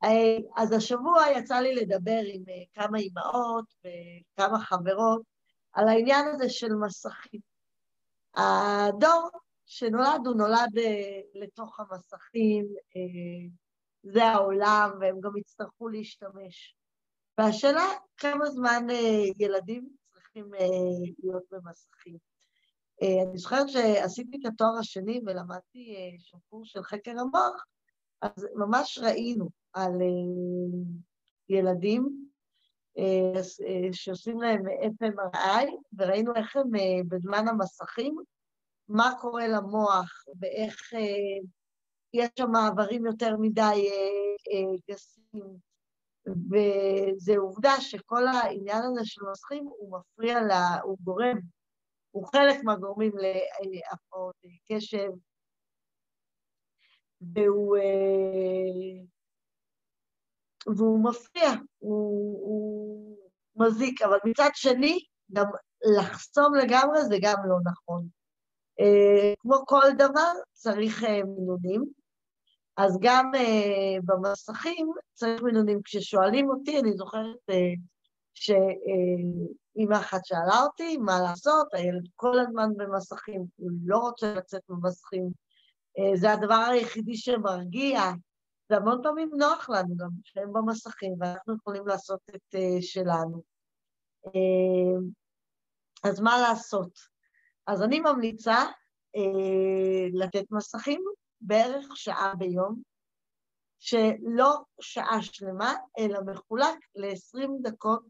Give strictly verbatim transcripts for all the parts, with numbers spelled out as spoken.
אז השבוע יצא לי לדבר עם כמה אימהות וכמה חברות על העניין הזה של מסכים. הדור שנולד, הוא נולד לתוך המסכים, זה העולם, והם גם יצטרכו להשתמש. והשאלה, כמה זמן ילדים צריכים להיות במסכים. אני זוכרת שעשיתי את התואר השני ולמדתי שם קורס של חקר המוח, אז ממש ראינו על ילדים שעושים להם אף אם אר איי, וראינו איך הם בזמן המסכים, מה קורה למוח, ואיך יש שם מעברים יותר מדי גסים, וזו עובדה שכל העניין הזה של מסכים הוא מפריע, לה, הוא גורם, הוא חלק מהגורמים להפרעות קשב, והוא, והוא מפריע, הוא, הוא מזיק, אבל מצד שני, גם לחסום לגמרי זה גם לא נכון. כמו כל דבר, צריך מינונים, אז גם במסכים צריך מינונים. כששואלים אותי, אני זוכרת שאמא אחת שאלה אותי מה לעשות, הילד כל הזמן במסכים, הוא לא רוצה לצאת במסכים, זה הדבר היחידי שמרגיע, זה המון פעמים נוח לנו גם שהם במסכים, ואנחנו יכולים לעשות את שלנו. אז מה לעשות? אז אני ממליצה לתת מסכים בערך שעה ביום, שלא שעה שלמה, אלא מחולק ל-עשרים דקות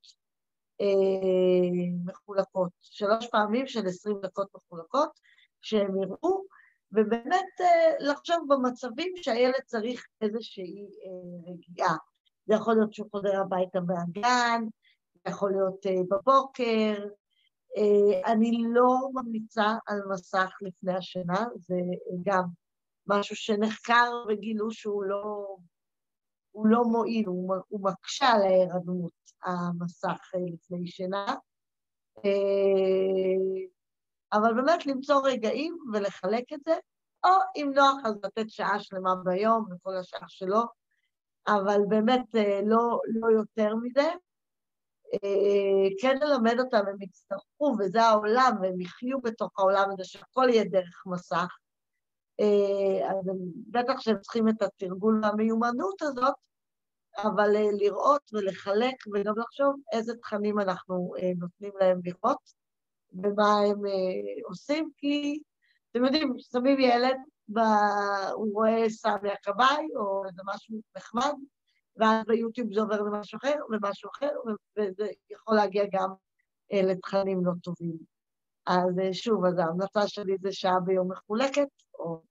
מחולקות, שלוש פעמים של עשרים דקות מחולקות, שהם יראו, ובאמת לחשוב במצבים שהילד צריך איזושהי רגיעה. זה יכול להיות שהוא חוזר הביתה מהגן, זה יכול להיות בבוקר, אני לא ממליצה על מסך לפני השינה, זה גם משהו שנחקר וגילו שהוא לא, הוא לא מועיל, הוא, הוא מקשה על ההירדמות, המסך לפני שינה. אבל באמת למצוא רגעים ולחלק את זה, או אם נוח אז לתת שעה שלמה ביום וכל השעה שלו, אבל באמת לא, לא יותר מזה. כן ללמד אותם, הם יצטרכו, וזה העולם, והם יחיו בתוך העולם הזה, שהכל יהיה דרך מסך. אז בטח שהם צריכים את התרגול והמיומנות הזאת, אבל לראות ולחלק וגם לחשוב איזה תכנים אנחנו נותנים להם לראות, ומה הם עושים, כי אתם יודעים, שמים ילד, הוא רואה סמי הכבאי או איזה משהו נחמד, ואז ביוטיוב זה עובר למשהו אחר ומשהו אחר, וזה יכול להגיע גם לתכנים לא טובים. אז שוב, אז ההמלצה שלי זה שעה ביום מחולקת, או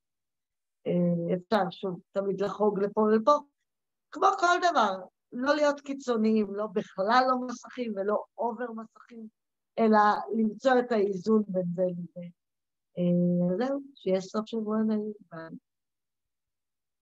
אפשר שוב תמיד לחוג לפה ולפה, כמו כל דבר, לא להיות קיצוניים, לא בכלל לא מסכים ולא אובר מסכים, אלא למצוא את האיזון בין זה לזה. זהו, שיהיה סוף שבוע נעים.